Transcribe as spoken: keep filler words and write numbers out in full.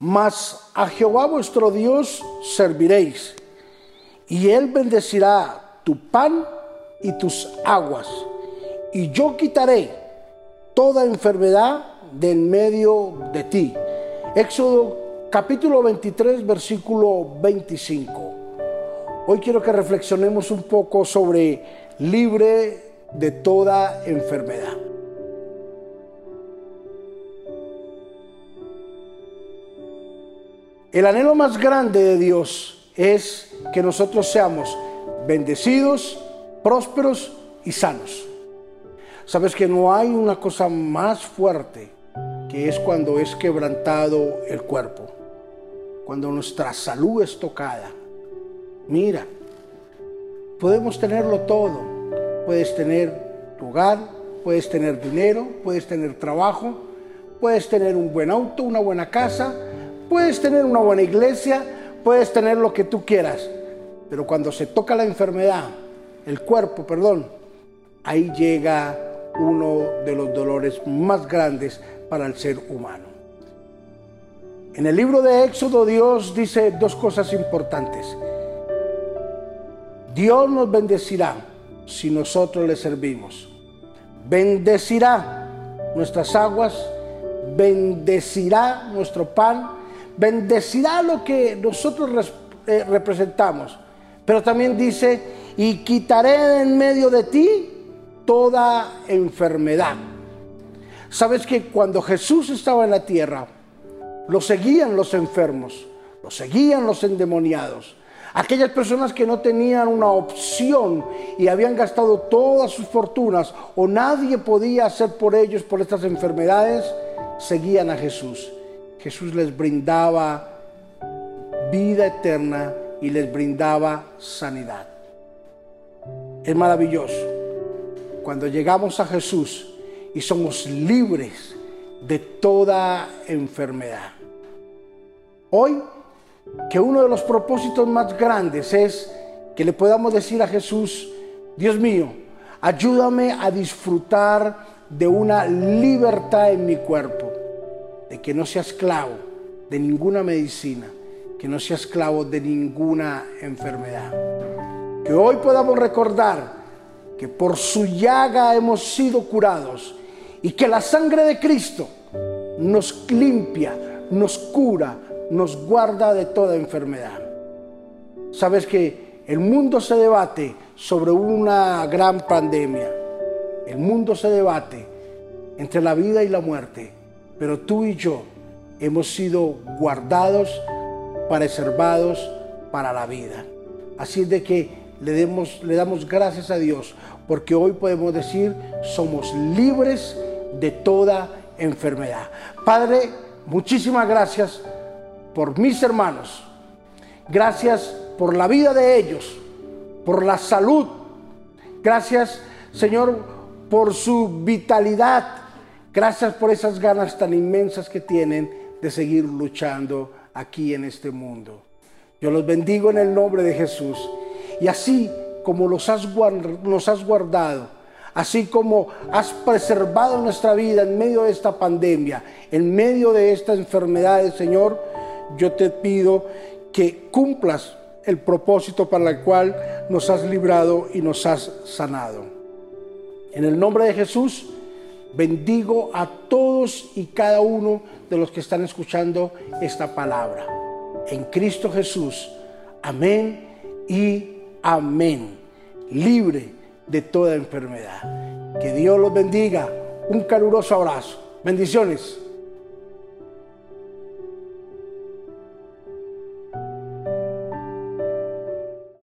Mas a Jehová vuestro Dios serviréis, y Él bendecirá tu pan y tus aguas, y yo quitaré toda enfermedad de en medio de ti. Éxodo capítulo veintitrés, versículo veinticinco. Hoy quiero que reflexionemos un poco sobre libre de toda enfermedad. El anhelo más grande de Dios es que nosotros seamos bendecidos, prósperos y sanos. Sabes que no hay una cosa más fuerte que es cuando es quebrantado el cuerpo, cuando nuestra salud es tocada. Mira, podemos tenerlo todo. Puedes tener tu hogar, puedes tener dinero, puedes tener trabajo, puedes tener un buen auto, una buena casa, puedes tener una buena iglesia, puedes tener lo que tú quieras. Pero cuando se toca la enfermedad, el cuerpo, perdón, ahí llega uno de los dolores más grandes para el ser humano. En el libro de Éxodo, Dios dice dos cosas importantes. Dios nos bendecirá si nosotros le servimos. Bendecirá nuestras aguas, bendecirá nuestro pan, bendecirá lo que nosotros eh, representamos. Pero también dice, y quitaré de en medio de ti toda enfermedad. Sabes que cuando Jesús estaba en la tierra, lo seguían los enfermos, lo seguían los endemoniados. Aquellas personas que no tenían una opción y habían gastado todas sus fortunas o nadie podía hacer por ellos por estas enfermedades, seguían a Jesús. Jesús les brindaba vida eterna y les brindaba sanidad. Es maravilloso cuando llegamos a Jesús y somos libres de toda enfermedad. Hoy, que uno de los propósitos más grandes es que le podamos decir a Jesús: Dios mío, ayúdame a disfrutar de una libertad en mi cuerpo, de que no sea esclavo de ninguna medicina, que no sea esclavo de ninguna enfermedad. Que hoy podamos recordar que por su llaga hemos sido curados y que la sangre de Cristo nos limpia, nos cura, nos guarda de toda enfermedad. Sabes que el mundo se debate sobre una gran pandemia. El mundo se debate entre la vida y la muerte, pero tú y yo hemos sido guardados, preservados para la vida. Así es de que le, demos, le damos gracias a Dios, porque hoy podemos decir, somos libres de toda enfermedad. Padre, muchísimas gracias por mis hermanos. Gracias por la vida de ellos, por la salud. Gracias, Señor, por su vitalidad. Gracias por esas ganas tan inmensas que tienen de seguir luchando aquí en este mundo. Yo los bendigo en el nombre de Jesús. Y así como los has guard- nos has guardado, así como has preservado nuestra vida en medio de esta pandemia, en medio de estas enfermedades, Señor, yo te pido que cumplas el propósito para el cual nos has librado y nos has sanado. En el nombre de Jesús, bendigo a todos y cada uno de los que están escuchando esta palabra. En Cristo Jesús. Amén y amén. Libre de toda enfermedad. Que Dios los bendiga. Un caluroso abrazo. Bendiciones.